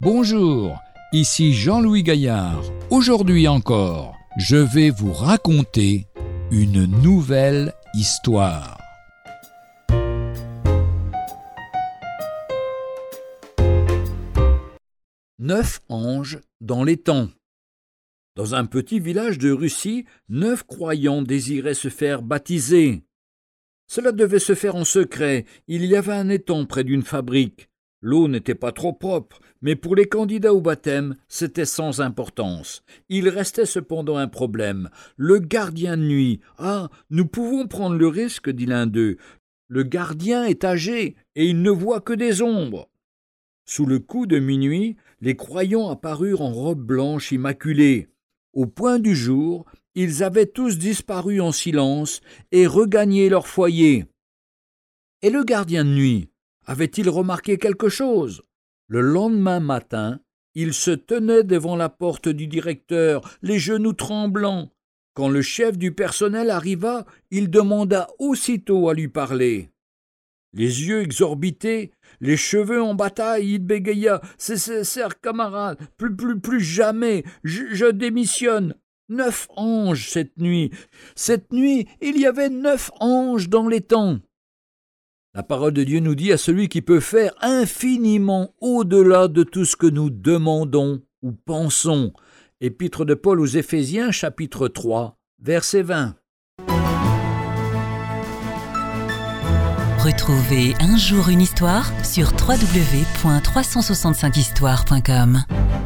Bonjour, ici Jean-Louis Gaillard. Aujourd'hui encore, je vais vous raconter une nouvelle histoire. Neuf anges dans l'étang. Dans un petit village de Russie, 9 croyants désiraient se faire baptiser. Cela devait se faire en secret. Il y avait un étang près d'une fabrique. L'eau n'était pas trop propre, mais pour les candidats au baptême, c'était sans importance. Il restait cependant un problème. Le gardien de nuit. « Ah, nous pouvons prendre le risque, » dit l'un d'eux. « Le gardien est âgé et il ne voit que des ombres. » Sous le coup de minuit, les croyants apparurent en robe blanche immaculée. Au point du jour, ils avaient tous disparu en silence et regagné leur foyer. Et le gardien de nuit avait-il remarqué quelque chose? Le lendemain matin, il se tenait devant la porte du directeur, les genoux tremblants. Quand le chef du personnel arriva, il demanda aussitôt à lui parler. Les yeux exorbités, les cheveux en bataille, il bégaya. « C'est camarade, plus jamais, je démissionne. 9 anges cette nuit. Cette nuit, il y avait 9 anges dans l'étang. » La parole de Dieu nous dit à celui qui peut faire infiniment au-delà de tout ce que nous demandons ou pensons. Épître de Paul aux Éphésiens, chapitre 3, verset 20. Retrouvez Un jour une histoire sur www.365histoire.com.